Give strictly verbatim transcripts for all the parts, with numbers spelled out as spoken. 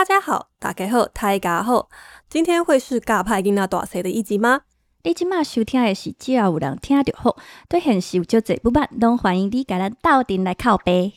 大家好，大家好，大家好，今天会是教派囡仔大细的一集吗？ 你即马收听的是只要有人听就好，对现实有足侪不满，拢欢迎你甲咱斗阵来靠背。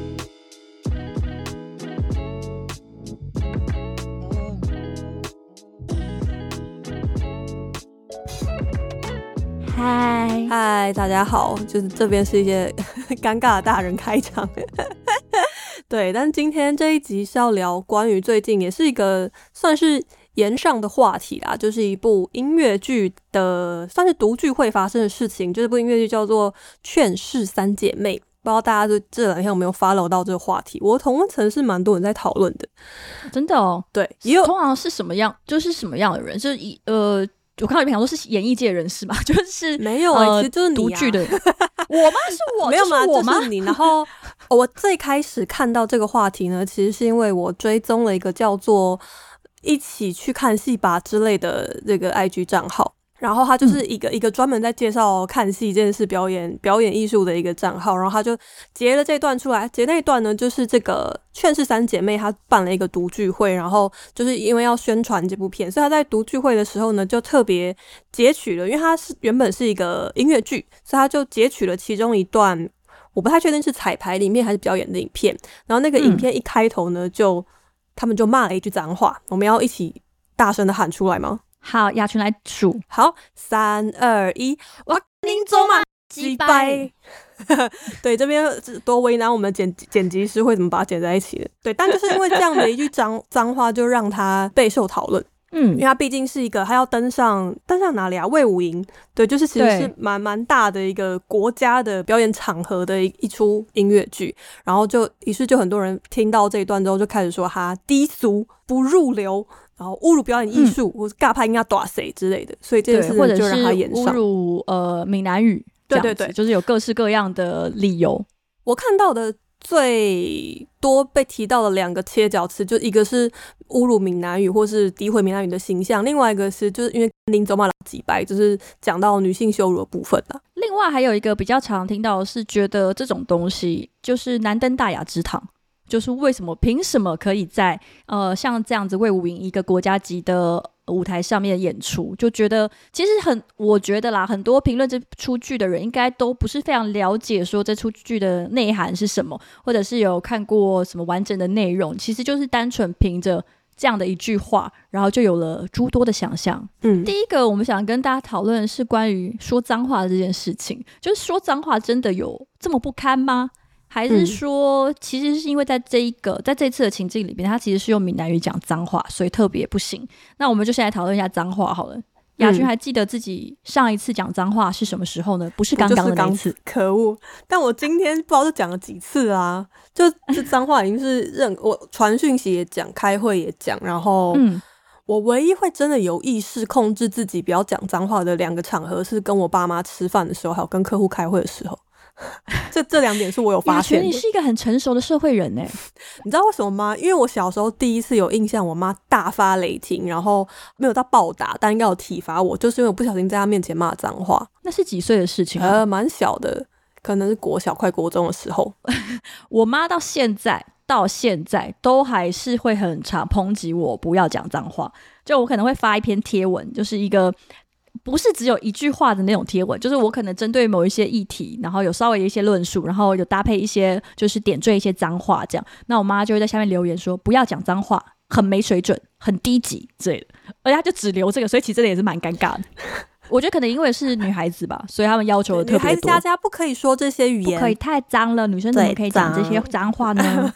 嗨嗨，大家好，就是这边是一些尴尬的大人开场。对，但今天这一集是要聊关于最近也是一个算是延上的话题啦，就是一部音乐剧的算是读剧会发生的事情，就是这部音乐剧叫做《劝世三姐妹》，不知道大家这两天有没有 follow 到这个话题？我同温层是蛮多人在讨论的， 真的哦。 对，也有通常是什么样，就是什么样的人，就是以呃。我看到有朋友说是演艺界人士嘛，就是没有、欸呃、其实就是你、啊、 读剧的我吗？是我？ 没有吗？ 就是我吗？ 就是你。然后、哦、我最开始看到这个话题呢，其实是因为我追踪了一个叫做一起去看戏吧之类的这个 I G 账号，然后他就是一个、嗯、一个专门在介绍看戏这件事表演表演艺术的一个账号，然后他就截了这段出来，截那一段呢就是这个劝世三姐妹她办了一个读剧会，然后就是因为要宣传这部片，所以她在读剧会的时候呢就特别截取了，因为她是原本是一个音乐剧，所以她就截取了其中一段，我不太确定是彩排里面还是表演的影片，然后那个影片一开头呢就他们就骂了一句脏话，我们要一起大声的喊出来吗？ 好，雅群来数。 好，三二一，我您走嘛，击败。对，这边多为难我们剪剪辑师会怎么把它剪在一起的。对，但就是因为这样的一句脏脏话，就让他备受讨论。嗯，因为他毕竟是一个，他要登上登上哪里啊？卫武营，对，就是其实是蛮蛮大的一个国家的表演场合的一一出音乐剧，然后就于是就很多人听到这一段之后，就开始说他低俗不入流，然后侮辱表演艺术，嗯、或是尬拍应该打谁之类的，所以这件事就让他演上， 或者是侮辱呃闽南语， 对对对， 就是有各式各样的理由。 我看到的最多被提到的两个切角词，就一个是侮辱闽南语或是诋毁闽南语的形象，另外一个是就是因为林走马老几白，就是讲到女性羞辱的部分啦。 另外还有一个比较常听到的是觉得这种东西就是难登大雅之堂，就是为什么凭什么可以在呃像这样子卫武营一个国家级的舞台上面演出，就觉得其实很我觉得啦，很多评论这出剧的人应该都不是非常了解说这出剧的内涵是什么，或者是有看过什么完整的内容，其实就是单纯凭着这样的一句话，然后就有了诸多的想象。嗯，第一个我们想跟大家讨论的是关于说脏话的这件事情，就是说脏话真的有这么不堪吗？还是说其实是因为在这一个在这次的情境里面，他其实是用闽南语讲脏话，所以特别不行。那我们就先来讨论一下脏话好了。雅君还记得自己上一次讲脏话是什么时候呢？不是刚刚的那一次。 可恶！但我今天不知道是讲了几次啊，就这脏话已经是任我传讯息也讲，开会也讲，然后嗯。我唯一会真的有意识控制自己不要讲脏话的两个场合是跟我爸妈吃饭的时候，还有跟客户开会的时候。这这两点是我有发现的。 你是一个很成熟的社会人耶。 你知道为什么吗？因为我小时候第一次有印象，我妈大发雷霆，然后没有到暴打，但应该有体罚我，就是因为我不小心在她面前骂脏话。 那是几岁的事情啊？ 呃，蛮小的，可能是国小快国中的时候。 我妈到现在到现在都还是会很常抨击我不要讲脏话，就我可能会发一篇贴文，就是一个不是只有一句话的那种贴文，就是我可能针对某一些议题，然后有稍微一些论述，然后有搭配一些就是点缀一些脏话这样，那我妈就会在下面留言说不要讲脏话，很没水准，很低级之类的，而且她就只留这个，所以其实真的也是蛮尴尬的。我觉得可能因为是女孩子吧，所以他们要求的特别多。 女孩子家家不可以说这些语言， 不可以太脏了，女生怎么可以讲这些脏话呢？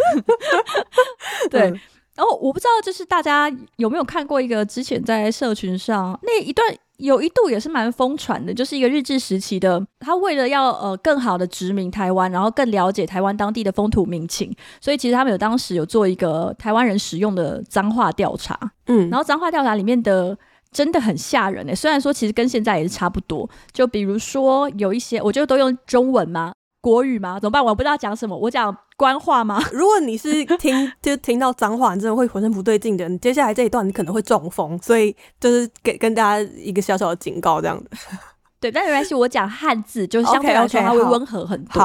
对。嗯，然后我不知道就是大家有没有看过一个之前在社群上那一段有一度也是蛮疯传的，就是一个日治时期的，他为了要呃更好的殖民台湾，然后更了解台湾当地的风土民情，所以其实他们有当时有做一个台湾人使用的脏话调查。嗯，然后脏话调查里面的真的很吓人耶，虽然说其实跟现在也是差不多，就比如说有一些我觉得都用中文吗？国语吗？怎么办？我不知道讲什么，我讲官话吗？ 如果你是听就听到脏话你真的会浑身不对劲的人，接下来这一段你可能会中风，所以就是给跟大家一个小小的警告这样的。 对，但没关系，我讲汉字就相对来说它会温和很多。 okay, okay,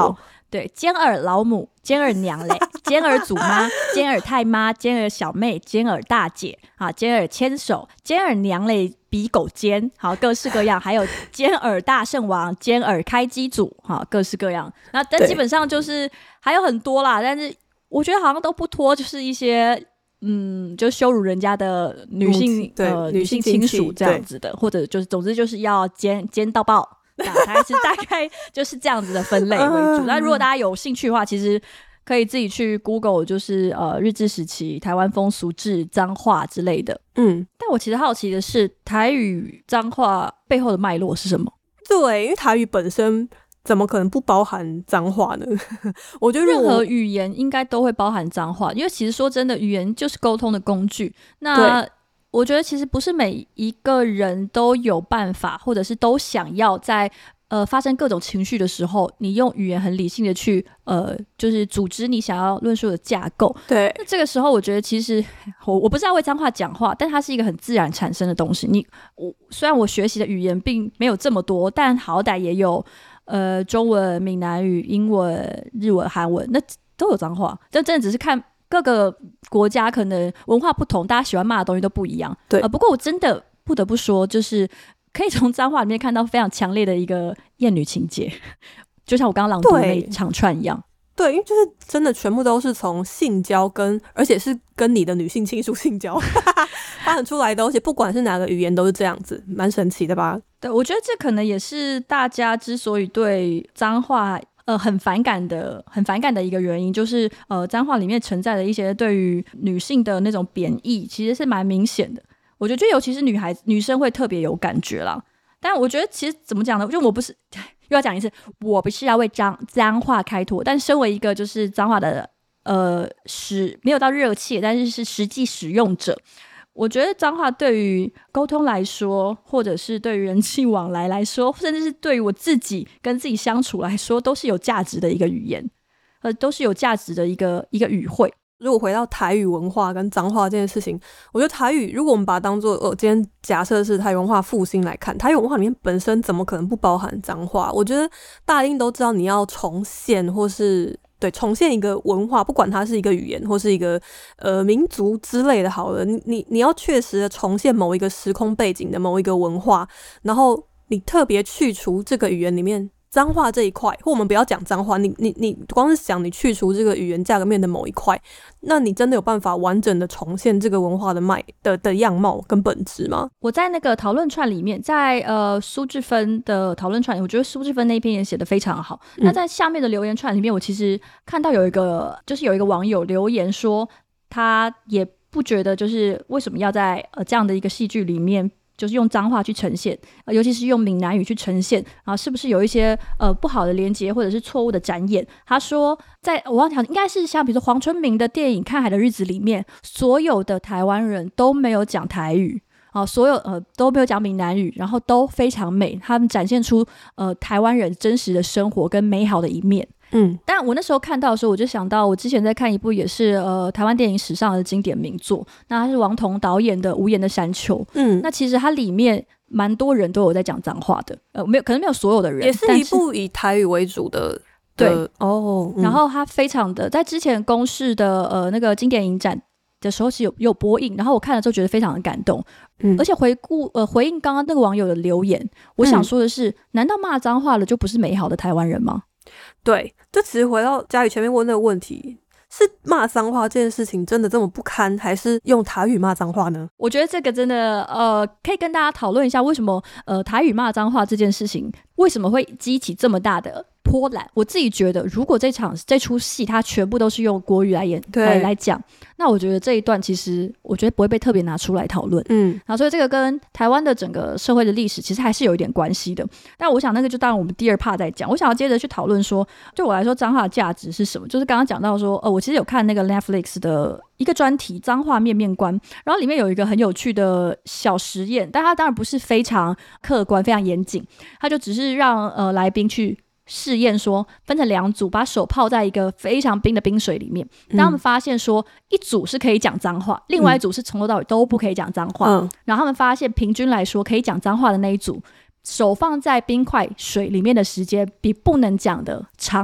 对，尖耳老母、尖耳娘嘞、尖耳祖妈、尖耳太妈、尖耳小妹、尖耳大姐啊、尖耳牵手、尖耳娘嘞比狗尖，好，各式各样，还有尖耳大圣王、尖耳开机组，好，各式各样。那但基本上就是还有很多啦，但是我觉得好像都不脱，就是一些嗯，就羞辱人家的女性、 嗯、 呃女性亲属这样子的，或者就是总之就是要奸奸到爆。大概是大概就是这样子的分类为主。那如果大家有兴趣的话，其实可以自己去 Google， 就是呃日治时期台湾风俗志、脏话之类的。嗯，但我其实好奇的是，台语脏话背后的脉络是什么？ 对，因为台语本身怎么可能不包含脏话呢？我觉得任何语言应该都会包含脏话，因为其实说真的，语言就是沟通的工具。那我觉得其实不是每一个人都有办法，或者是都想要在呃发生各种情绪的时候，你用语言很理性的去呃就是组织你想要论述的架构。 对， 那这个时候我觉得其实我我不是要为脏话讲话，但它是一个很自然产生的东西。你我虽然我学习的语言并没有这么多，但好歹也有呃中文、闽南语、英文、日文、韩文，那都有脏话。这真的只是看各个国家可能文化不同，大家喜欢骂的东西都不一样。 对、 呃，不过我真的不得不说，就是可以从脏话里面看到非常强烈的一个厌女情节，就像我刚刚朗读的那一长串一样。 对，因为就是真的全部都是从性交跟，而且是跟你的女性亲属性交发展出来的，而且不管是哪个语言都是这样子，蛮神奇的吧？ 对，我觉得这可能也是大家之所以对脏话呃，很反感的，很反感的一个原因，就是呃，脏话里面存在的一些对于女性的那种贬义，其实是蛮明显的。我觉得，就尤其是女孩子、女生会特别有感觉啦。但我觉得，其实怎么讲呢？就我不是又要讲一次，我不是要为脏脏话开脱，但身为一个就是脏话的呃使没有到热切，但是是实际使用者。我觉得脏话对于沟通来说，或者是对于人际往来来说，甚至是对于我自己跟自己相处来说，都是有价值的一个语言，呃，都是有价值的一个一个语汇。 如果回到台语文化跟脏话这件事情，我觉得台语，如果我们把它当作呃，今天假设是台语文化复兴来看，台语文化里面本身怎么可能不包含脏话？我觉得大家一定都知道，你要重现或是对重现一个文化，不管它是一个语言或是一个呃民族之类的，好了，你你你要确实的重现某一个时空背景的某一个文化，然后你特别去除这个语言里面脏话这一块，或我们不要讲脏话，你你你光是想你去除这个语言架构面的某一块，那你真的有办法完整的重现这个文化的脉的的样貌跟本质吗？ 我在那个讨论串里面，在呃苏志芬的讨论串里，我觉得苏志芬那篇也写得非常好。嗯、那在下面的留言串里面，我其实看到有一个，就是有一个网友留言说，他也不觉得就是为什么要在呃这样的一个戏剧里面。就是用脏话去呈现、呃、尤其是用闽南语去呈现啊，是不是有一些呃不好的连结或者是错误的展演？他说，在我忘记应该是像比如说黄春明的电影《看海的日子》里面，所有的台湾人都没有讲台语啊，所有呃都没有讲闽南语，然后都非常美，他们展现出呃台湾人真实的生活跟美好的一面。嗯，但我那时候看到的时候，我就想到我之前在看一部也是呃台湾电影史上的经典名作，那它是王童导演的《无言的山丘》。嗯，那其实它里面蛮多人都有在讲脏话的，呃，没有，可能没有所有的人， 也是一部以台语为主的。 对哦、嗯， 然后它非常的在之前公视的呃那个经典影展的时候是有有播映，然后我看了之后觉得非常的感动。嗯，而且回顾呃回应刚刚那个网友的留言，我想说的是，嗯、难道骂脏话了就不是美好的台湾人吗？ 对，就其实回到嘉宇前面问那个问题，是骂脏话这件事情真的这么不堪，还是用台语骂脏话呢？ 我觉得这个真的呃，可以跟大家讨论一下，为什么呃台语骂脏话这件事情为什么会激起这么大的波澜？我自己觉得，如果这场这出戏它全部都是用国语来演来来讲，那我觉得这一段其实我觉得不会被特别拿出来讨论。嗯，然后所以这个跟台湾的整个社会的历史其实还是有一点关系的。但我想那个就当然我们第二 part 再讲。我想要接着去讨论说，对我来说脏话的价值是什么？就是刚刚讲到说，呃，我其实有看那个 Netflix 的一个专题《脏话面面观》，然后里面有一个很有趣的小实验，但它当然不是非常客观、非常严谨，它就只是让呃来宾去试验说分成两组，把手泡在一个非常冰的冰水里面，当他们发现说一组是可以讲脏话，另外一组是从头到尾都不可以讲脏话、嗯、然后他们发现平均来说可以讲脏话的那一组手放在冰块水里面的时间比不能讲的长了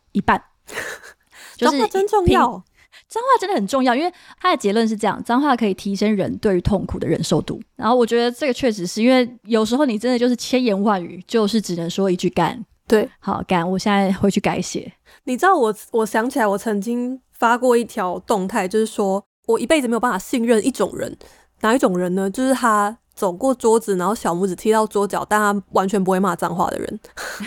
一半。就是脏话真重要， 脏话真的很重要，因为他的结论是这样：脏话可以提升人对于痛苦的忍受度。然后我觉得这个确实是因为有时候你真的就是千言万语，就是只能说一句干。 对， 好干，我现在回去改写。 你知道我，我想起来，我曾经发过一条动态，就是说我一辈子没有办法信任一种人，哪一种人呢？就是他走过桌子，然后小拇指踢到桌角，但他完全不会骂脏话的人。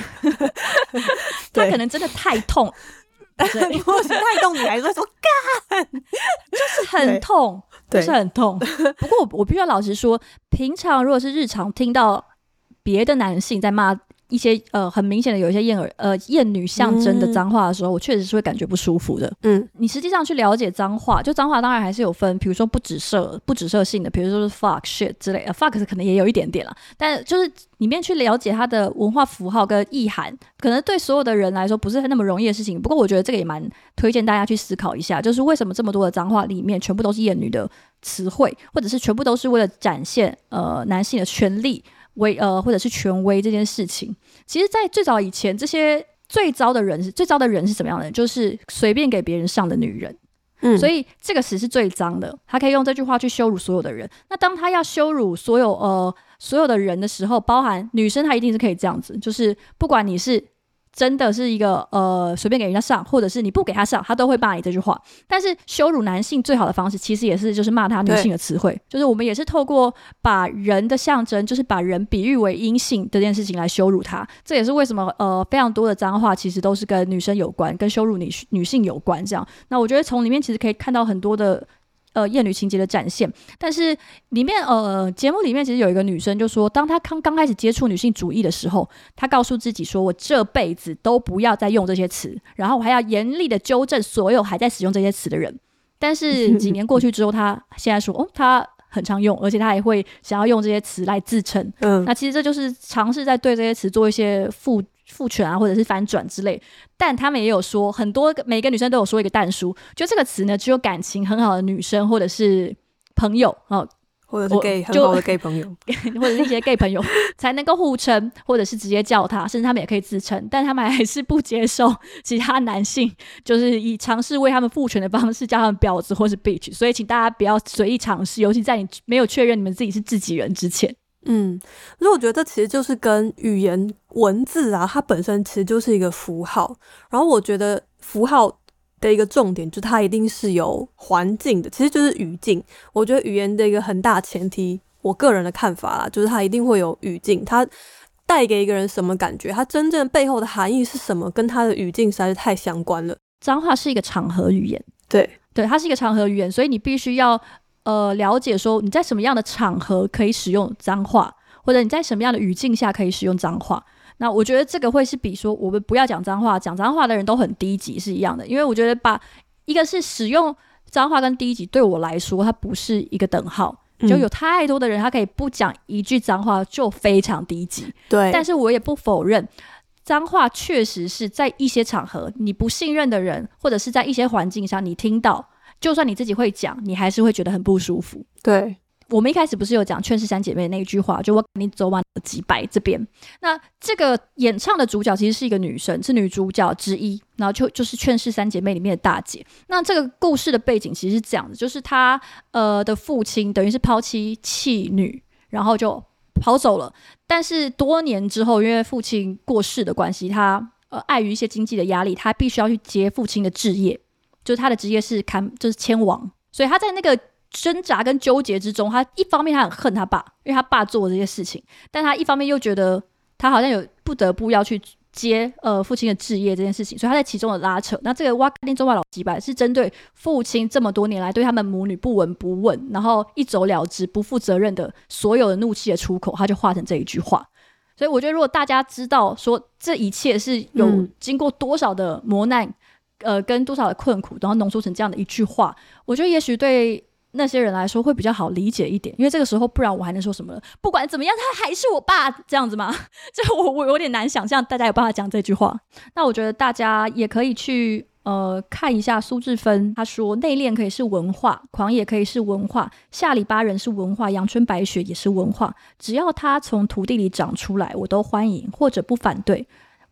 他可能真的太痛。 对，或许太痛，你还是会说干， 就是很痛，就是很痛。不过我我必须要老实说，平常如果是日常听到别的男性在骂一些呃很明显的有一些厌耳呃厌女象征的脏话的时候，嗯、我确实是会感觉不舒服的。嗯，你实际上去了解脏话，就脏话当然还是有分，比如说不指涉不指涉性的，比如说是 fuck shit 之类的 ，fuck 可能也有一点点啦，但就是里面去了解它的文化符号跟意涵，可能对所有的人来说不是那么容易的事情。不过我觉得这个也蛮推荐大家去思考一下，就是为什么这么多的脏话里面全部都是厌女的词汇，或者是全部都是为了展现呃男性的权利。威呃，或者是权威这件事情，其实，在最早以前，这些最糟的人是最糟的人是怎么样的人？就是随便给别人上的女人。嗯，所以这个词是最脏的，他可以用这句话去羞辱所有的人。那当他要羞辱所有呃所有的人的时候，包含女生，他一定是可以这样子，就是不管你是真的是一个呃随便给人家上，或者是你不给他上，他都会骂你这句话。但是羞辱男性最好的方式，其实也是就是骂他女性的词汇，就是我们也是透过把人的象征，就是把人比喻为阴性这件事情来羞辱他。这也是为什么呃非常多的脏话其实都是跟女生有关，跟羞辱女女性有关这样。那我觉得从里面其实可以看到很多的。呃，厌女情节的展现，但是里面呃，节目里面其实有一个女生就说，当她刚刚开始接触女性主义的时候，她告诉自己说，我这辈子都不要再用这些词，然后我还要严厉的纠正所有还在使用这些词的人。但是几年过去之后，她现在说，哦，她很常用，而且她还会想要用这些词来自称。嗯，那其实这就是尝试在对这些词做一些复。父权啊，或者是翻转之类，但他们也有说，很多每个女生都有说一个但书，就这个词呢，只有感情很好的女生或者是朋友哦， 或者是 gay 很好的 gay 朋友， 或者是一些 gay 朋友才能够互称，或者是直接叫他，甚至他们也可以自称，但他们还是不接受其他男性，就是以尝试为他们父权的方式叫他们婊子或是 bitch， 所以请大家不要随意尝试，尤其在你没有确认你们自己是自己人之前。 嗯，所以我觉得这其实就是跟语言文字啊，它本身其实就是一个符号。然后我觉得符号的一个重点就是它一定是有环境的，其实就是语境。我觉得语言的一个很大前提，我个人的看法啦，就是它一定会有语境，它带给一个人什么感觉，它真正背后的含义是什么，跟它的语境实在是太相关了。 脏话是一个场合语言， 对对，它是一个场合语言，所以你必须要。呃，了解说你在什么样的场合可以使用脏话，或者你在什么样的语境下可以使用脏话。那我觉得这个会是比说我们不要讲脏话，讲脏话的人都很低级是一样的，因为我觉得把一个是使用脏话跟低级对我来说它不是一个等号，就有太多的人他可以不讲一句脏话就非常低级。对，但是我也不否认脏话确实是在一些场合你不信任的人，或者是在一些环境上你听到，就算你自己会讲，你还是会觉得很不舒服。对，我们一开始不是有讲劝世三姐妹那一句话，就我赶你走完几百这边。那这个演唱的主角其实是一个女生，是女主角之一，然后就就是劝世三姐妹里面的大姐。那这个故事的背景其实是这样的，就是她呃的父亲等于是抛妻弃女，然后就跑走了。但是多年之后，因为父亲过世的关系，他呃碍于一些经济的压力，他必须要去接父亲的志业。就是他的职业是看就是签王，所以他在那个挣扎跟纠结之中，他一方面他很恨他爸，因为他爸做这些事情，但他一方面又觉得他好像有不得不要去接呃父亲的志业这件事情，所以他在其中的拉扯。那这个哇定中外老几百是针对父亲这么多年来对他们母女不闻不问，然后一走了之不负责任的所有的怒气的出口，他就化成这一句话。所以我觉得如果大家知道说这一切是有经过多少的磨难、嗯呃，跟多少的困苦，然后浓缩成这样的一句话，我觉得也许对那些人来说会比较好理解一点，因为这个时候不然我还能说什么了？不管怎么样，他还是我爸，这样子吗？这我我有点难想象大家有办法讲这句话。那我觉得大家也可以去呃看一下苏志芬，他说内敛可以是文化，狂野可以是文化，下里巴人是文化，阳春白雪也是文化，只要他从土地里长出来，我都欢迎或者不反对。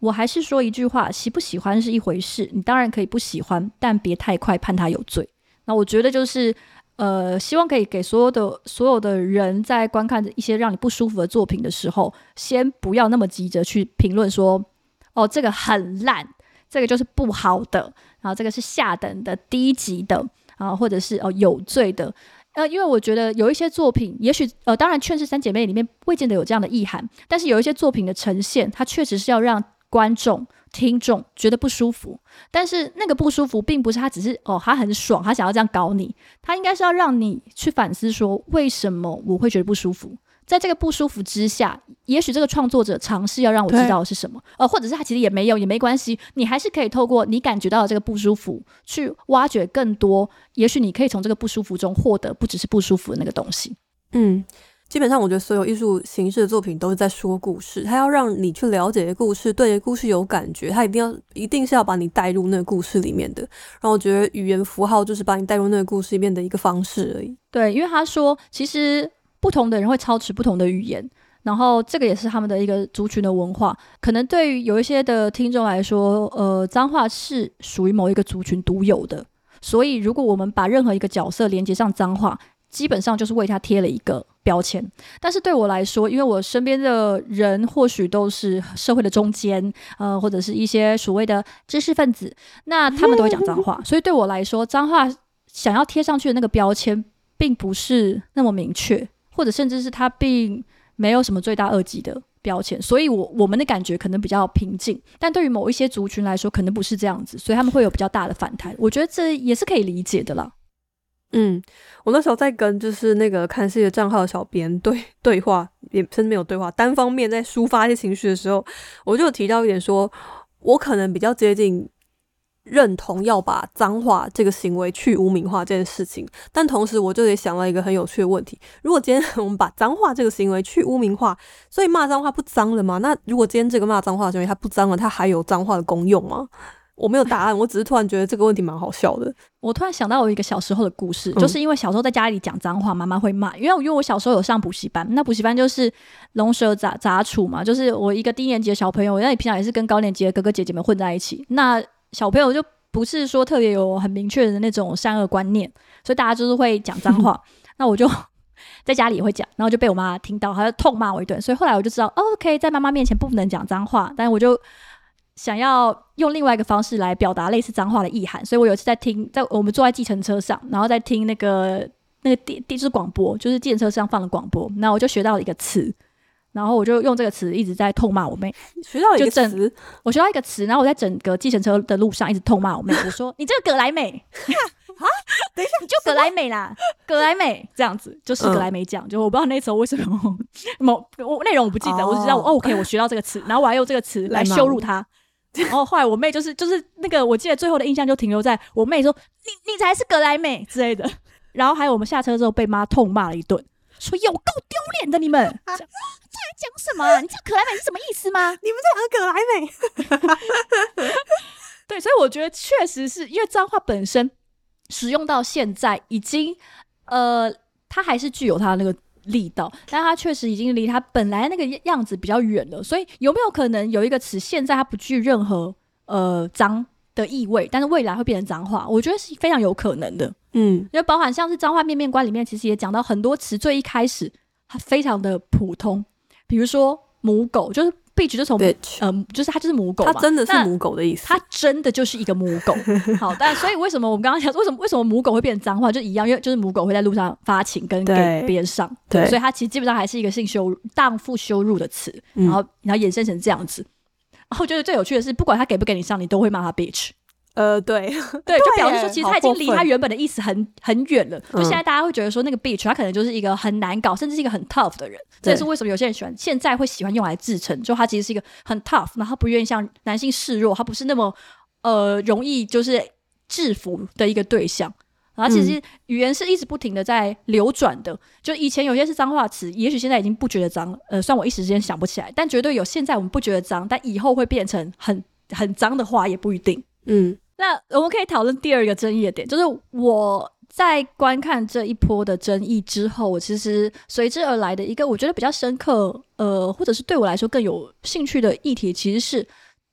我还是说一句话，喜不喜欢是一回事，你当然可以不喜欢，但别太快判他有罪。那我觉得就是呃，希望可以给所有的所有的人在观看一些让你不舒服的作品的时候，先不要那么急着去评论说哦这个很烂，这个就是不好的，然后这个是下等的低级的啊，或者是哦有罪的。呃，因为我觉得有一些作品，也许呃，当然《劝世三姐妹》里面未见得有这样的意涵，但是有一些作品的呈现，它确实是要让观众、听众觉得不舒服。但是那个不舒服，并不是他只是哦，他很爽，他想要这样搞你，他应该是要让你去反思说，为什么我会觉得不舒服？在这个不舒服之下，也许这个创作者尝试要让我知道的是什么，呃，或者是他其实也没有，也没关系，你还是可以透过你感觉到的这个不舒服，去挖掘更多，也许你可以从这个不舒服中获得不只是不舒服的那个东西。 嗯，基本上我觉得所有艺术形式的作品都是在说故事，它要让你去了解故事，对故事有感觉，它一定要一定是要把你带入那个故事里面的。然后我觉得语言符号就是把你带入那个故事里面的一个方式而已。 对，因为他说其实不同的人会操持不同的语言，然后这个也是他们的一个族群的文化。可能对于有一些的听众来说，呃，脏话是属于某一个族群独有的，所以如果我们把任何一个角色连接上脏话，基本上就是为他贴了一个标签。但是对我来说，因为我身边的人或许都是社会的中间，呃，或者是一些所谓的知识分子，那他们都会讲脏话，所以对我来说，脏话想要贴上去的那个标签并不是那么明确，或者甚至是它并没有什么罪大恶极的标签，所以我我们的感觉可能比较平静，但对于某一些族群来说可能不是这样子，所以他们会有比较大的反弹，我觉得这也是可以理解的啦。 嗯，我那时候在跟就是那个看世界账号的小编对对话，也甚至没有对话，单方面在抒发一些情绪的时候，我就有提到一点说，我可能比较接近认同要把脏话这个行为去污名化这件事情，但同时我就也想到一个很有趣的问题，如果今天我们把脏话这个行为去污名化，所以骂脏话不脏了吗？那如果今天这个骂脏话的行为它不脏了，它还有脏话的功用吗？我没有答案，我只是突然觉得这个问题蛮好笑的。 我突然想到我一个小时候的故事，就是因为小时候在家里讲脏话，妈妈会骂，因为因为我小时候有上补习班，那补习班就是龙蛇杂杂处嘛，就是我一个低年级的小朋友，那你平常也是跟高年级的哥哥姐姐们混在一起，那小朋友就不是说特别有很明确的那种善恶观念，所以大家就是会讲脏话。那我就在家里也会讲，然后就被我妈听到，她就痛骂我一顿，所以后来我就知道、哦、OK 在妈妈面前不能讲脏话，但我就想要用另外一个方式来表达类似脏话的意涵，所以我有一次在听，在我们坐在计程车上，然后在听那个那个电就是广播，就是计程车上放的广播，那我就学到了一个词，然后我就用这个词一直在痛骂我妹。 学到一个词， 我学到一个词，然后我在整个计程车的路上一直痛骂我妹，我说你这个葛莱美啊，等一下， 你就葛莱美啦，葛莱美这样子，就是葛莱美奖、嗯，就我不知道那时候为什么某我内容我不记得，哦、我只知道我、哦、OK 我学到这个词，然后我还用这个词来羞辱他。然后后来我妹就是就是那个，我记得最后的印象就停留在我妹说你你才是葛莱美之类的，然后还有我们下车之后被妈痛骂了一顿，说有够丢脸的你们，这在讲什么、啊？你知道葛莱美是什么意思吗？ 你们在讲葛莱美？ 对，所以我觉得确实是因为脏话本身使用到现在已经呃，它还是具有它的那个力道，但它确实已经离它本来那个样子比较远了，所以有没有可能有一个词现在它不具任何呃脏的意味，但是未来会变成脏话？我觉得是非常有可能的。嗯，就包含像是脏话面面观里面其实也讲到很多词最一开始它非常的普通，比如说母狗，就是 bitch 就从呃，就是它就是母狗嘛， 它真的是母狗的意思， 它真的就是一个母狗。好，但所以为什么我们刚刚讲为什么为什么母狗会变成脏话，就一样，因为就是母狗会在路上发情跟给别人上，对，所以它其实基本上还是一个性羞辱、荡妇羞辱的词，然后、嗯、然后衍生成这样子。然后我觉得最有趣的是，不管他给不给你上，你都会骂他 bitch。 呃，对对，就表示说，其实他已经离他原本的意思很很远了。就现在大家会觉得说，那个 bitch 他可能就是一个很难搞，甚至是一个很 tough 的人。这也是为什么有些人喜欢现在会喜欢用来自称，就他其实是一个很 tough， 然后他不愿意向男性示弱，他不是那么呃容易就是制服的一个对象。然后其实语言是一直不停的在流转的，就以前有些是脏话词，也许现在已经不觉得脏，呃，虽然我一时之间想不起来，但绝对有现在我们不觉得脏，但以后会变成很很脏的话也不一定。嗯，那我们可以讨论第二个争议的点，就是我在观看这一波的争议之后，我其实随之而来的一个我觉得比较深刻，呃，或者是对我来说更有兴趣的议题，其实是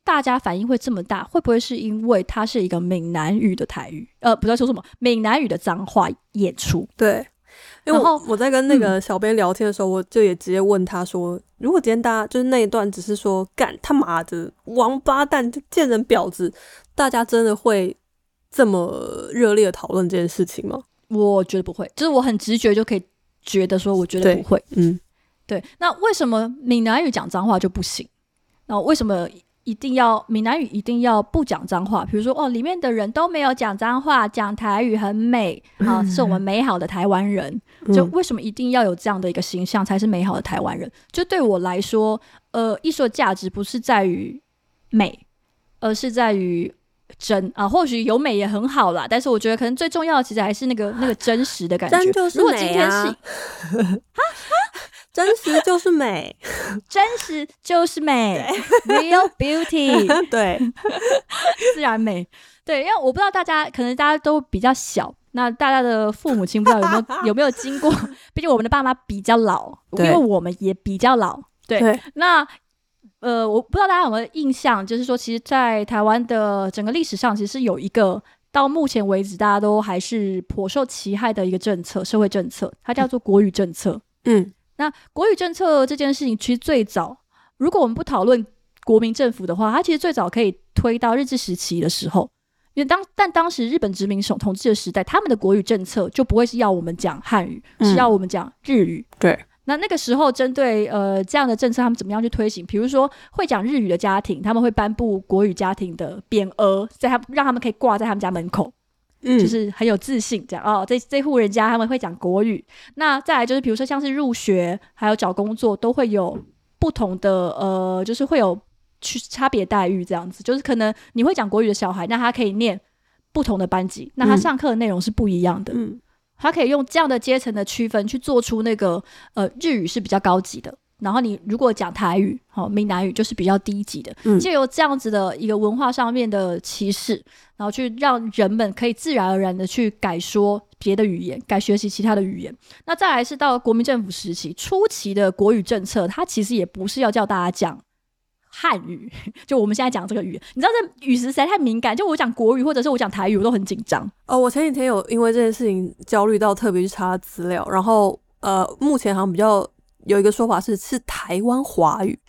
大家反应会这么大，会不会是因为它是一个闽南语的台语，呃，不知道说什么闽南语的脏话演出？ 对，因为我我在跟那个小编聊天的时候，嗯、我就也直接问他说，如果今天大家就是那一段只是说干他妈的王八蛋贱人婊子，大家真的会这么热烈的讨论这件事情吗？ 我觉得不会，就是我很直觉就可以觉得说，我觉得不会。 嗯， 对。那为什么闽南语讲脏话就不行？那为什么一定要闽南语一定要不讲脏话？比如说哦，里面的人都没有讲脏话，讲台语很美啊，是我们美好的台湾人。就为什么一定要有这样的一个形象才是美好的台湾人？就对我来说，呃，艺术的价值不是在于美，而是在于真啊。或许有美也很好啦，但是我觉得可能最重要的其实还是那个那个真实的感觉。 真就是美啊！ 如果今天是真实就是美， 真实就是美 ，real beauty， 对， 自然美。对，因为我不知道大家可能大家都比较小，那大家的父母亲不知道有没有有没有经过，毕竟我们的爸妈比较老，因为我们也比较老。对，对那呃，我不知道大家有没有印象，就是说，其实，在台湾的整个历史上，其实是有一个到目前为止大家都还是颇受其害的一个政策，社会政策，它叫做国语政策。嗯。那国语政策这件事情，其实最早，如果我们不讨论国民政府的话，它其实最早可以推到日治时期的时候，因为当但当时日本殖民统治的时代，他们的国语政策就不会是要我们讲汉语，嗯、是要我们讲日语。 对。 那那个时候，针对呃这样的政策，他们怎么样去推行？比如说，会讲日语的家庭，他们会颁布国语家庭的匾额，在他让他们可以挂在他们家门口。嗯，就是很有自信这样哦。这这户人家他们会讲国语。那再来就是，比如说像是入学还有找工作，都会有不同的呃，就是会有去差别待遇这样子。就是可能你会讲国语的小孩，那他可以念不同的班级，那他上课的内容是不一样的。嗯，他可以用这样的阶层的区分去做出那个呃日语是比较高级的。然后你如果讲台语、哦、闽南语就是比较低级的，藉由这样子的一个文化上面的歧视，然后去让人们可以自然而然的去改说别的语言，改学习其他的语言。那再来是到国民政府时期初期的国语政策，它其实也不是要叫大家讲汉语，就我们现在讲这个语言，你知道这语词实在太敏感，就我讲国语或者是我讲台语我都很紧张。 哦，我前几天有因为这件事情焦虑到特别去查资料，然后呃，目前好像比较有一个说法是是台湾华语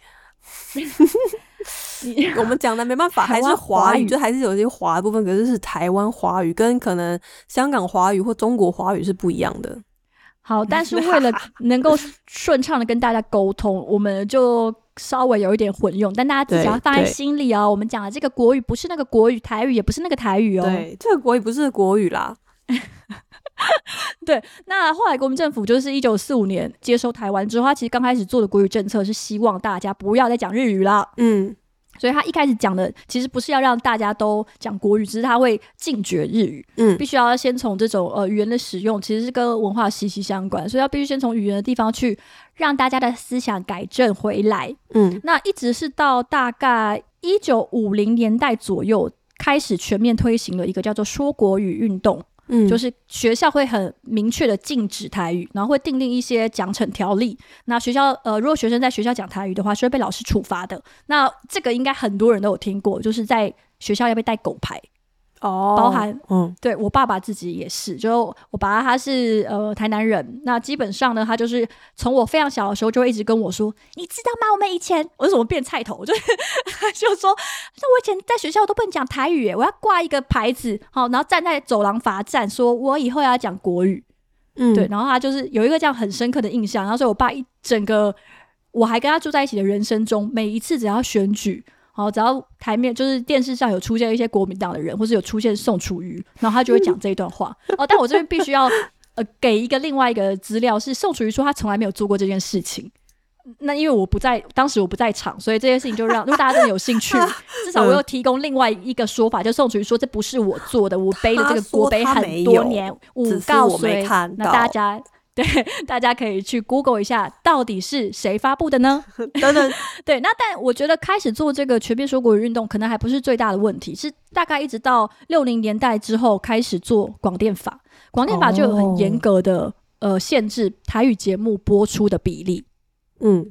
我们讲的没办法还是华语，就还是有一些华的部分，可是是台湾华语，跟可能香港华语或中国华语是不一样的。 好，但是为了能够顺畅的跟大家沟通我们就稍微有一点混用，但大家自己要放在心里哦。我们讲的这个国语不是那个国语，台语也不是那个台语哦。 对，这个国语不是国语啦对，那后来国民政府就是一九四五年接收台湾之后，他其实刚开始做的国语政策是希望大家不要再讲日语啦。嗯，所以他一开始讲的其实不是要让大家都讲国语，只是他会禁绝日语。嗯，必须要先从这种呃语言的使用其实是跟文化息息相关，所以要必须先从语言的地方去让大家的思想改正回来。嗯，那一直是到大概一九五零年代左右开始全面推行了一个叫做说国语运动。嗯，就是学校会很明确的禁止台语，然后会订定一些奖惩条例。那学校呃，如果学生在学校讲台语的话，是会被老师处罚的。那这个应该很多人都有听过，就是在学校要被带狗牌。哦，包含嗯，对我爸爸自己也是，就我爸爸他是呃台南人，那基本上呢，他就是从我非常小的时候就会一直跟我说，你知道吗？我们以前我怎么变菜头，就是就说，那我以前在学校都不能讲台语耶，我要挂一个牌子，好，然后站在走廊罚站，说我以后要讲国语。嗯，对，然后他就是有一个这样很深刻的印象，然后所以我爸一整个我还跟他住在一起的人生中，每一次只要选举。好，只要台面就是电视上有出现一些国民党的人，或是有出现宋楚瑜，然后他就会讲这一段话。哦，但我这边必须要呃给一个另外一个资料，是宋楚瑜说他从来没有做过这件事情。那因为我不在，当时我不在场，所以这件事情就让如果大家真的有兴趣，至少我有提供另外一个说法，就宋楚瑜说这不是我做的，我背了这个国碑很多年，诬告谁？那大家。对，大家可以去 Google 一下，到底是谁发布的呢？等等，对，那但我觉得开始做这个全面说国语运动，可能还不是最大的问题，是大概一直到六零年代之后开始做广电法，广电法就有很严格的、哦、呃限制台语节目播出的比例。嗯，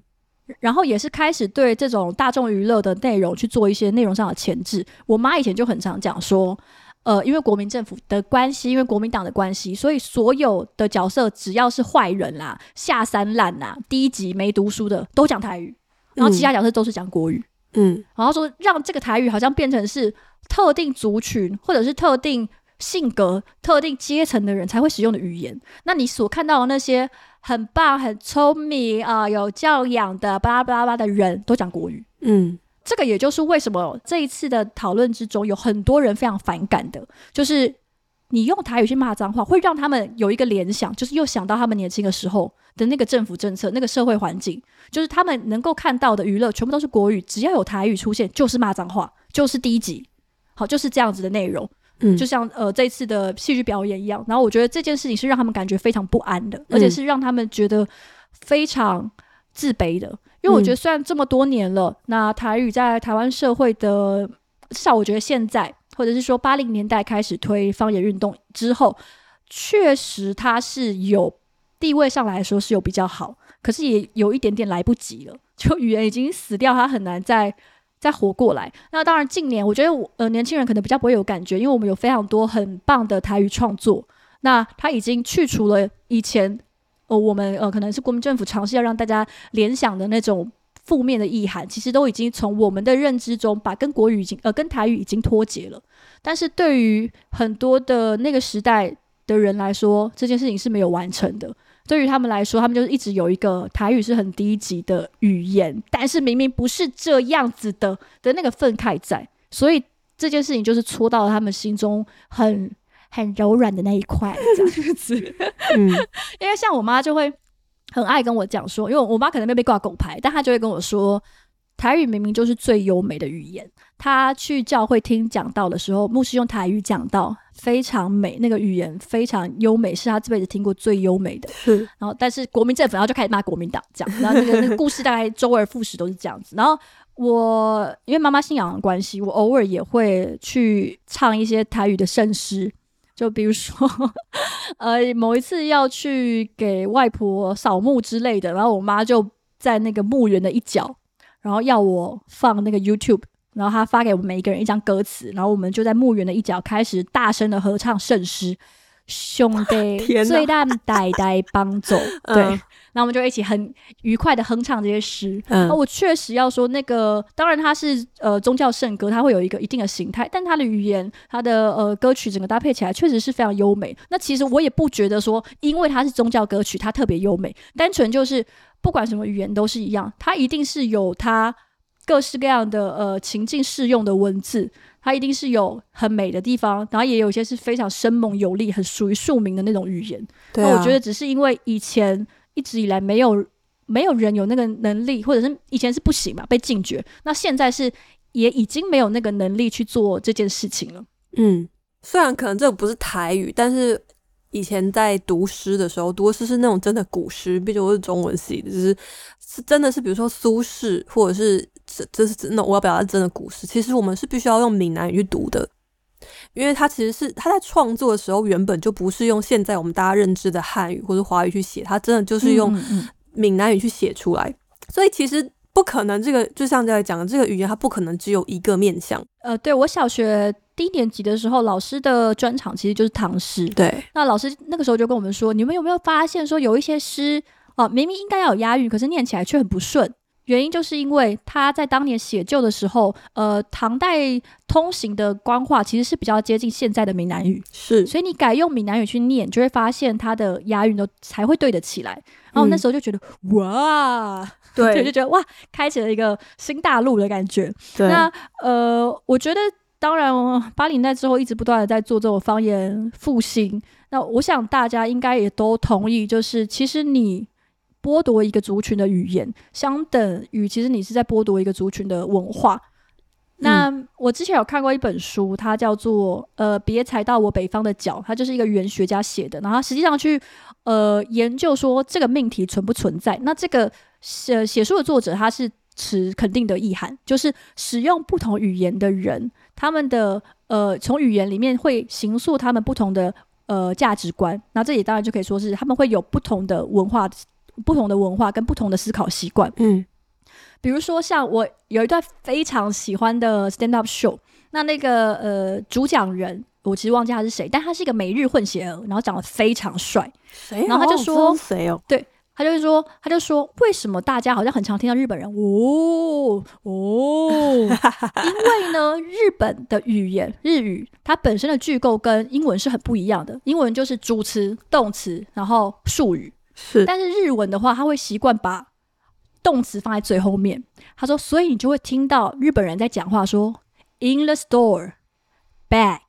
然后也是开始对这种大众娱乐的内容去做一些内容上的前置。我妈以前就很常讲说呃，因为国民政府的关系，因为国民党的关系，所以所有的角色只要是坏人啦、下三滥啦、低级没读书的都讲台语，然后其他角色都是讲国语。嗯，然后说让这个台语好像变成是特定族群或者是特定性格、特定阶层的人才会使用的语言。那你所看到的那些很棒、很聪明啊、呃、有教养的巴拉巴拉巴拉的人都讲国语。嗯，这个也就是为什么这一次的讨论之中有很多人非常反感的，就是你用台语去骂脏话会让他们有一个联想，就是又想到他们年轻的时候的那个政府政策、那个社会环境，就是他们能够看到的娱乐全部都是国语，只要有台语出现就是骂脏话，就是低级，好，就是这样子的内容。嗯，就像呃这一次的戏剧表演一样，然后我觉得这件事情是让他们感觉非常不安的，而且是让他们觉得非常自卑的。因为我觉得虽然这么多年了，那台语在台湾社会的，至少我觉得现在或者是说八零年代开始推方言运动之后，确实它是有地位上来说是有比较好，可是也有一点点来不及了，就语言已经死掉，它很难再再活过来。那当然近年我觉得我呃年轻人可能比较不会有感觉，因为我们有非常多很棒的台语创作，那它已经去除了以前呃我们呃可能是国民政府尝试要让大家联想的那种负面的意涵，其实都已经从我们的认知中把跟国语已经呃跟台语已经脱节了。但是对于很多的那个时代的人来说，这件事情是没有完成的。对于他们来说，他们就是一直有一个台语是很低级的语言，但是明明不是这样子的的那个愤慨在，所以这件事情就是戳到了他们心中很很柔软的那一块，这样子。嗯，因为像我妈就会很爱跟我讲说，因为我妈可能没被挂狗牌，但她就会跟我说，台语明明就是最优美的语言。她去教会听讲道的时候，牧师用台语讲道，非常美，那个语言非常优美，是她这辈子听过最优美的。然后，但是国民政府，然后就开始骂国民党，这样，然后那个那个故事大概周而复始都是这样子。然后我因为妈妈信仰的关系，我偶尔也会去唱一些台语的圣诗。就比如说呃，某一次要去给外婆扫墓之类的，然后我妈就在那个墓园的一角，然后要我放那个 YouTube， 然后她发给我们每一个人一张歌词，然后我们就在墓园的一角开始大声的合唱圣诗，兄弟最难代代帮走。对，嗯，然后我们就一起很愉快的哼唱这些诗。嗯，我确实要说那个，当然它是呃宗教圣歌，它会有一个一定的形态，但它的语言、它的呃歌曲整个搭配起来确实是非常优美。那其实我也不觉得说，因为它是宗教歌曲，它特别优美，单纯就是不管什么语言都是一样，它一定是有它各式各样的呃情境适用的文字。它一定是有很美的地方，然后也有一些是非常生猛有力、很属于庶民的那种语言。对啊，那我觉得只是因为以前一直以来没有没有人有那个能力，或者是以前是不行嘛，被禁绝。那现在是也已经没有那个能力去做这件事情了。嗯， 虽然可能这个不是台语，但是以前在读诗的时候，读的诗是那种真的古诗，毕竟我是中文系的，就是是真的是比如说苏轼，或者是这这是真的我要表达真的古诗，其实我们是必须要用闽南语去读的，因为他其实是他在创作的时候原本就不是用现在我们大家认知的汉语或者华语去写，他真的就是用闽南语去写出来，所以其实不可能这个就像在讲的这个语言，它不可能只有一个面向。 呃，对，我小学低年级的时候，老师的专场其实就是唐诗。 对， 那老师那个时候就跟我们说，你们有没有发现说有一些诗哦，明明应该要有押韵，可是念起来却很不顺。原因就是因为他在当年写就的时候，呃，唐代通行的官话其实是比较接近现在的闽南语， 是， 所以你改用闽南语去念，就会发现它的押韵都才会对得起来。然后我那时候就觉得，嗯，哇，对，就觉得哇，开启了一个新大陆的感觉。对，那呃，我觉得当然八零代之后一直不断的在做这种方言复兴，那我想大家应该也都同意，就是其实你剥夺一个族群的语言，相等于其实你是在剥夺一个族群的文化。那我之前有看过一本书，它叫做呃别踩到我北方的脚，它就是一个语言学家写的，然后他实际上去呃研究说这个命题存不存在。那这个写写书的作者他是持肯定的意涵，就是使用不同语言的人，他们的呃从语言里面会形塑他们不同的呃价值观，那这里当然就可以说是他们会有不同的文化不同的文化跟不同的思考习惯。嗯， 比如说像我有一段非常喜欢的 stand up show， 那那个呃主讲人我其实忘记他是谁，但他是一个美日混血儿，然后长得非常帅。 谁、啊？ 然后他就说谁哦？ 对。他就说，他就说，为什么大家好像很常听到日本人哦哦？因为呢，日本的语言日语，它本身的句构跟英文是很不一样的。英文就是主词、动词，然后术语。 是， 但是日文的话，他会习惯把动词放在最后面。他说，所以你就会听到日本人在讲话说 ，in the store, bag,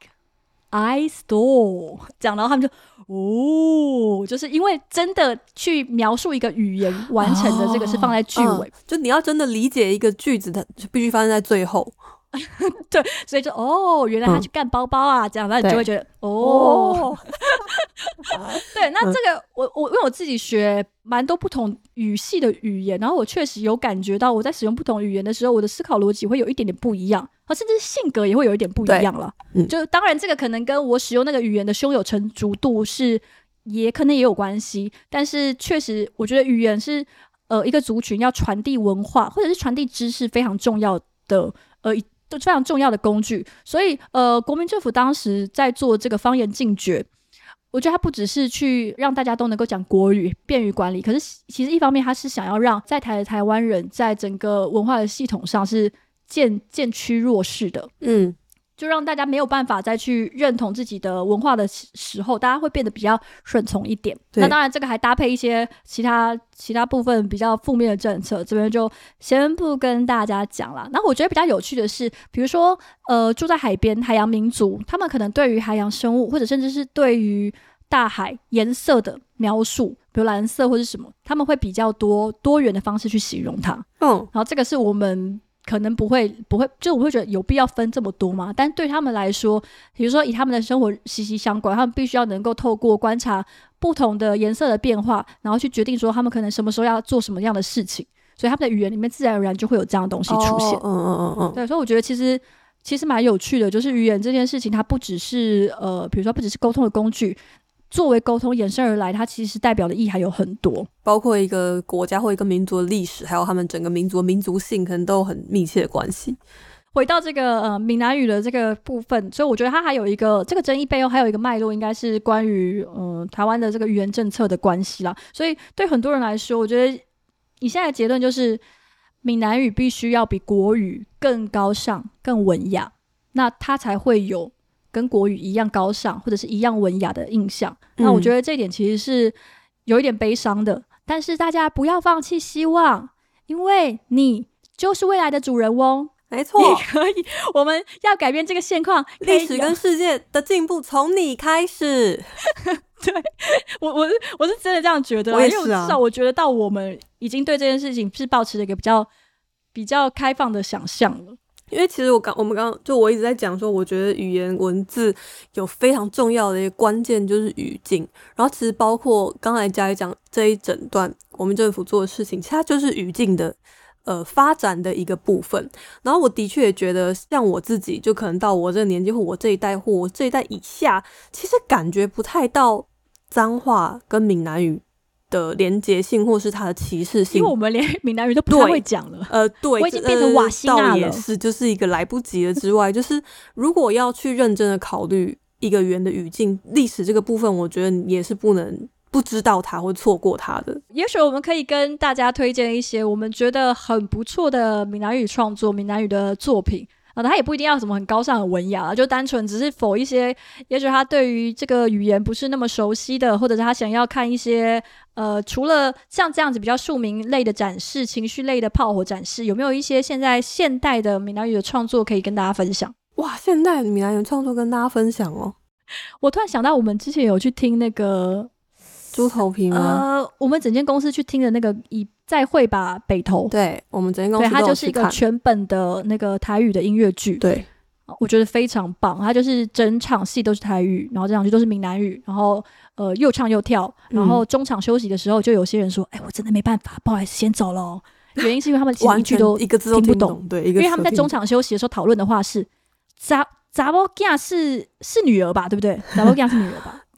I store， 这样，然后他们就。哦，就是因为真的去描述一个语言完成的这个是放在句尾、哦嗯、 就你要真的理解一个句子它就必须发生在最后对，所以就哦原来他去干包包啊、嗯、这样，那你就会觉得哦对，那这个、嗯、我我因为我自己学蛮多不同语系的语言，然后我确实有感觉到我在使用不同语言的时候，我的思考逻辑会有一点点不一样，甚至性格也会有一点不一样了、嗯、就当然这个可能跟我使用那个语言的胸有成竹度是也可能也有关系，但是确实我觉得语言是呃一个族群要传递文化或者是传递知识非常重要的呃非常重要的工具，所以呃国民政府当时在做这个方言禁绝，我觉得他不只是去让大家都能够讲国语便于管理，可是其实一方面他是想要让在台的台湾人在整个文化的系统上是渐渐趋弱势的，嗯，就让大家没有办法再去认同自己的文化的时候，大家会变得比较顺从一点。那当然这个还搭配一些其他其他部分比较负面的政策，这边就先不跟大家讲啦。那我觉得比较有趣的是，比如说呃住在海边海洋民族，他们可能对于海洋生物或者甚至是对于大海颜色的描述，比如蓝色或是什么，他们会比较多多元的方式去形容它。嗯，然后这个是我们可能不会不会就我会觉得有必要分这么多吗？但对他们来说，比如说以他们的生活息息相关，他们必须要能够透过观察不同的颜色的变化，然后去决定说他们可能什么时候要做什么样的事情，所以他们的语言里面自然而然就会有这样的东西出现。哦、嗯嗯嗯嗯，对，所以我觉得其实其实蛮有趣的，就是语言这件事情，它不只是呃，比如说不只是沟通的工具。作为沟通衍生而来，它其实代表的意义还有很多， 包括一个国家或一个民族的历史，还有他们整个民族的民族性可能都有很密切的关系。 回到这个呃闽南语的这个部分，所以我觉得它还有一个这个争议背后还有一个脉络，应该是关于嗯、呃、台湾的这个语言政策的关系啦。所以对很多人来说，我觉得你现在的结论就是闽南语必须要比国语更高尚、更文雅，那它才会有跟国语一样高尚或者是一样文雅的印象、嗯、那我觉得这一点其实是有一点悲伤的，但是大家不要放弃希望，因为你就是未来的主人翁， 没错， 你可以，我们要改变这个现况， 历史跟世界的进步从你开始对，我我是我是真的这样觉得、啊、 我也是啊， 因为至少我觉得到我们已经对这件事情是抱持了一个比较比较开放的想象了。 因为其实我刚我们刚刚就我一直在讲说，我觉得语言文字有非常重要的一个关键就是语境，然后其实包括刚才嘉义讲这一整段国民政府做的事情，其实它就是语境的呃发展的一个部分。然后我的确也觉得，像我自己就可能到我这个年纪或我这一代或我这一代以下，其实感觉不太到脏话跟闽南语的连结性或是它的歧视性， 因为我们连闽南语都不太会讲了。 呃，对， 我已经变成瓦西纳了。 倒也是，就是一个来不及了之外，就是如果要去认真的考虑一个语言的语境，历史这个部分，我觉得也是不能不知道它或错过它的。 也许我们可以跟大家推荐一些我们觉得很不错的闽南语创作、闽南语的作品。啊，他也不一定要什么很高尚的文雅，就单纯只是否一些也许他对于这个语言不是那么熟悉的，或者是他想要看一些呃，除了像这样子比较庶民类的展示、情绪类的炮火展示，有没有一些现在现代的闽南语的创作可以跟大家分享？ 哇，现代的闽南语创作跟大家分享哦！ 我突然想到我们之前有去听那个猪头皮吗？ 呃，我们整间公司去听的那个以再会吧北投， 对，我们整间公司对，它就是一个全本的那个台语的音乐剧， 对， 我觉得非常棒。它就是整场戏都是台语，然后这场剧都是闽南语，然后呃又唱又跳，然后中场休息的时候就有些人说：“哎、嗯欸，我真的没办法，不好意思，先走咯。”原因是因为他们前一句都一个字都听不懂， 对， 因为他们在中场休息的时候讨论的话是查查某囝是是女儿吧，对不对？查某囝是女儿吧？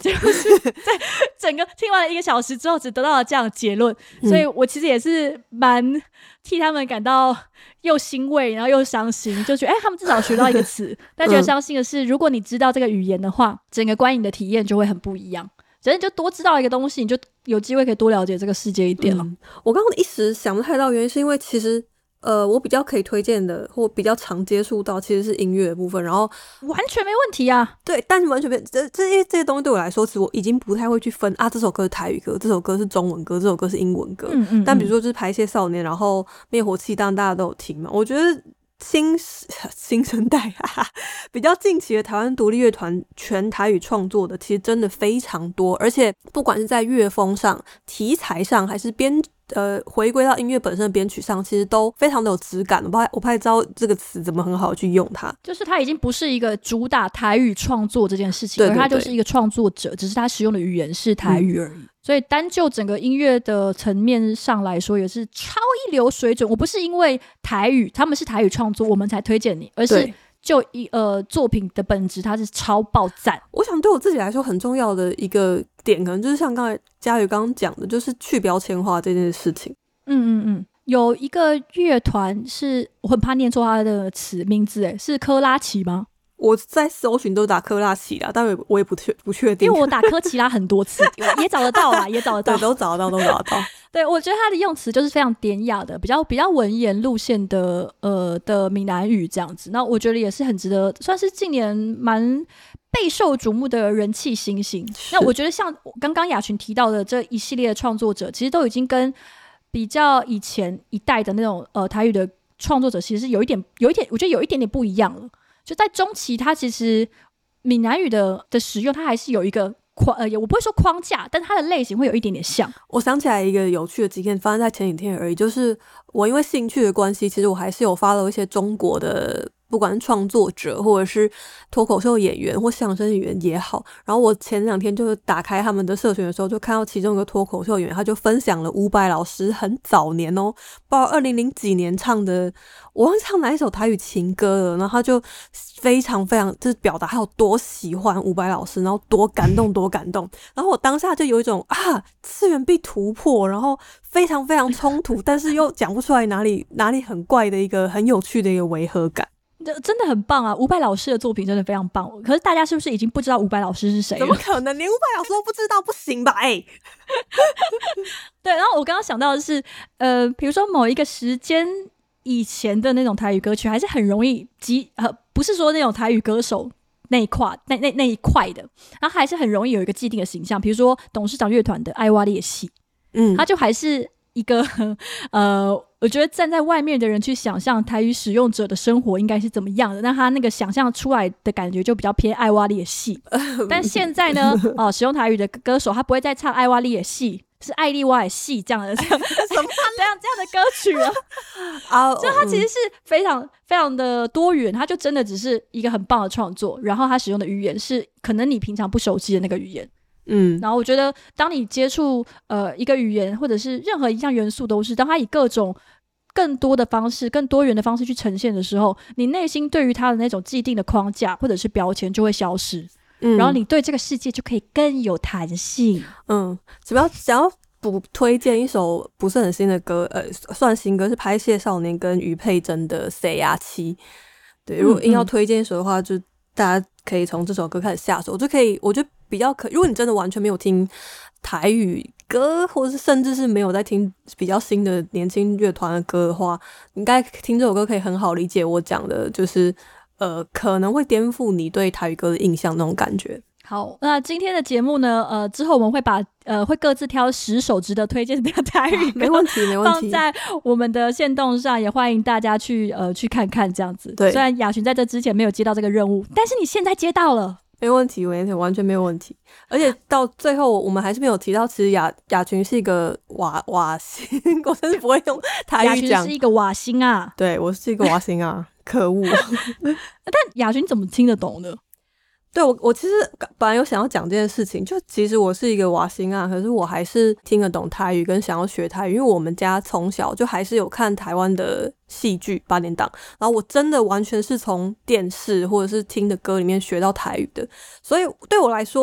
就是在整个听完了一个小时之后只得到了这样的结论、嗯、所以我其实也是蛮替他们感到又欣慰然后又伤心，就觉得哎、欸，他们至少学到一个词但觉得伤心的是、嗯、如果你知道这个语言的话，整个观影的体验就会很不一样，只是你就多知道一个东西，你就有机会可以多了解这个世界一点了、嗯、 我刚刚一时想不太到原因是因为其实呃，我比较可以推荐的或比较常接触到其实是音乐的部分，然后完全没问题啊。 对，但是完全没这这些这些东西对我来说，其实我已经不太会去分啊，这首歌是台语歌，这首歌是中文歌，这首歌是英文歌。嗯嗯嗯。但比如说就是排泄少年，然后灭火器，当然大家都有听嘛。我觉得新新生代哈、啊，比较近期的台湾独立乐团全台语创作的，其实真的非常多，而且不管是在乐风上、题材上，还是编。呃，回归到音乐本身的编曲上，其实都非常的有质感。我不太我不太知道这个词怎么很好去用它， 就是它已经不是一个主打台语创作这件事情，对对对，而它就是一个创作者，只是他使用的语言是台语而已。嗯、所以单就整个音乐的层面上来说，也是超一流水准。我不是因为台语他们是台语创作我们才推荐你，而是就一呃作品的本质它是超爆赞。 我想对我自己来说很重要的一个点，可能就是像刚才嘉瑜刚刚讲的，就是去标签化这件事情。 嗯嗯嗯，有一个乐团是我很怕念错他的词名字，诶，是科拉奇吗？ 我在搜寻都打科拉奇啦，但我也不确不确定， 因为我打科奇拉很多次，也找得到啦，也找得到， 对，都找得到，都找得到。 对，我觉得他的用词就是非常典雅的，比较比较文言路线的呃的闽南语这样子。那我觉得也是很值得，算是近年蛮备受瞩目的人气新星。那我觉得像刚刚雅群提到的这一系列的创作者，其实都已经跟比较以前一代的那种呃台语的创作者，其实有一点有一点，我觉得有一点点不一样了。就在中期，它其实闽南语的的使用，它还是有一个框，呃，我不会说框架，但它的类型会有一点点像。 我想起来一个有趣的经验，发生在前几天而已，就是我因为兴趣的关系，其实我还是有 follow 一些中国的。不管是创作者或者是脱口秀演员或相声演员也好，然后我前两天就打开他们的社群的时候，就看到其中一个脱口秀演员，他就分享了伍佰老师很早年哦，不知道二零零几年唱的，我忘记唱哪一首台语情歌了，然后他就非常非常就是表达他有多喜欢伍佰老师，然后多感动多感动，然后我当下就有一种啊次元壁突破，然后非常非常冲突，但是又讲不出来哪里哪里很怪的一个很有趣的一个违和感。 真的很棒啊！伍佰老师的作品真的非常棒，可是大家是不是已经不知道伍佰老师是谁了？ 怎么可能？连伍佰老师都不知道，不行吧？哎、欸， 对。然后我刚刚想到的是，呃，比如说某一个时间以前的那种台语歌曲，还是很容易集呃，不是说那种台语歌手那一块那那那一块的，然后还是很容易有一个既定的形象，比如说董事长乐团的《爱瓦列戏》，嗯，他就还是一个呃。我觉得站在外面的人去想象台语使用者的生活应该是怎么样的，那他那个想象出来的感觉就比较偏爱瓦列戏。但现在呢，哦，使用台语的歌手他不会再唱爱瓦列戏，是爱丽瓦戏这样的这样这样这样的歌曲了。啊，所以他其实是非常非常的多元，他就真的只是一个很棒的创作，然后他使用的语言是可能你平常不熟悉的那个语言。嗯，然后我觉得当你接触呃一个语言或者是任何一项元素都是，当它以各种更多的方式更多元的方式去呈现的时候，你内心对于它的那种既定的框架或者是标签就会消失，嗯，然后你对这个世界就可以更有弹性。嗯， 只要想要补推荐一首不是很新的歌，呃，算新歌，是拍谢少年跟余佩真的《谁呀七》。对，如果硬要推荐一首的话，嗯嗯，就大家可以从这首歌开始下手，就可以，我觉得比较可。如果你真的完全没有听台语歌，或者是甚至是没有在听比较新的年轻乐团的歌的话，应该听这首歌可以很好理解我讲的，就是呃，可能会颠覆你对台语歌的印象那种感觉。 好，那今天的节目呢，呃，之后我们会把呃会各自挑十首值得推荐的台语歌， 没问题，没问题， 放在我们的限动上，也欢迎大家去呃去看看这样子。 对， 虽然雅群在这之前没有接到这个任务，但是你现在接到了， 没问题，完全没有问题。而且到最后，我们还是没有提到，其实雅雅群是一个瓦瓦星，我真是不会用台语讲。 雅群是一个瓦星啊， 对，我是一个瓦星啊，可恶！ 但雅群怎么听得懂的？ 对，我我其实本来有想要讲这件事情，就其实我是一个瓦星啊，可是我还是听得懂台语跟想要学台语，因为我们家从小就还是有看台湾的戏剧八点档，然后我真的完全是从电视或者是听的歌里面学到台语的，所以对我来说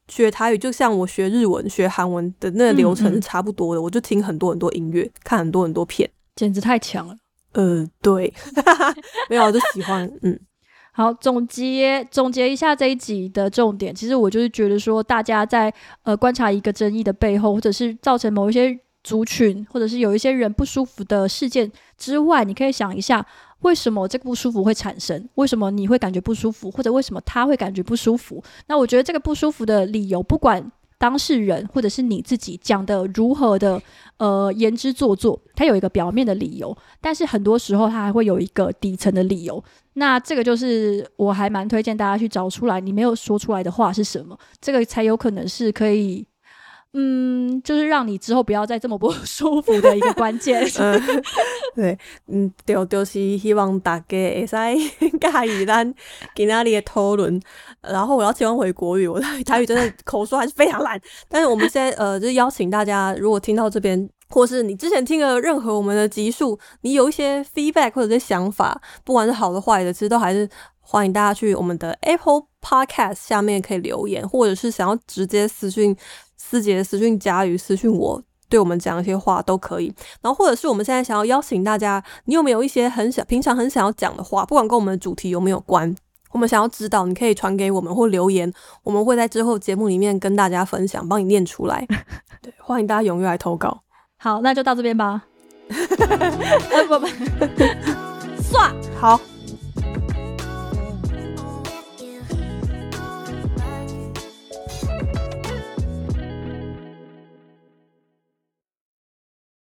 学台语就像我学日文学韩文的那个流程是差不多的、嗯嗯、我就听很多很多音乐，看很多很多片， 简直太强了。 呃对没有我就喜欢。嗯， 好，总结总结一下这一集的重点，其实我就是觉得说大家在呃观察一个争议的背后，或者是造成某一些族群或者是有一些人不舒服的事件之外，你可以想一下为什么这个不舒服会产生，为什么你会感觉不舒服，或者为什么他会感觉不舒服。那我觉得这个不舒服的理由，不管当事人或者是你自己讲的如何的呃言之做作，它有一个表面的理由，但是很多时候它还会有一个底层的理由。那这个就是我还蛮推荐大家去找出来你没有说出来的话是什么，这个才有可能是可以嗯，就是让你之后不要再这么不舒服的一个关键。 嗯，对，嗯，就就是希望大家会使介意咱今天的讨论。然后我要切换回国语，我台语真的口说还是非常烂。但是我们现在呃，就邀请大家，如果听到这边，或是你之前听了任何我们的集数，你有一些 feedback 或者是想法，不管是好的坏的，其实都还是欢迎大家去我们的 Apple Podcast 下面可以留言，或者是想要直接私讯思杰、私讯佳瑜、私讯我，对我们讲一些话都可以。然后或者是我们现在想要邀请大家，你有没有一些很想平常很想要讲的话，不管跟我们的主题有没有关，我们想要知道，你可以传给我们或留言，我们会在之后节目里面跟大家分享，帮你念出来。对，欢迎大家踊跃来投稿。 好，那就到这边吧。呃不不， 算好。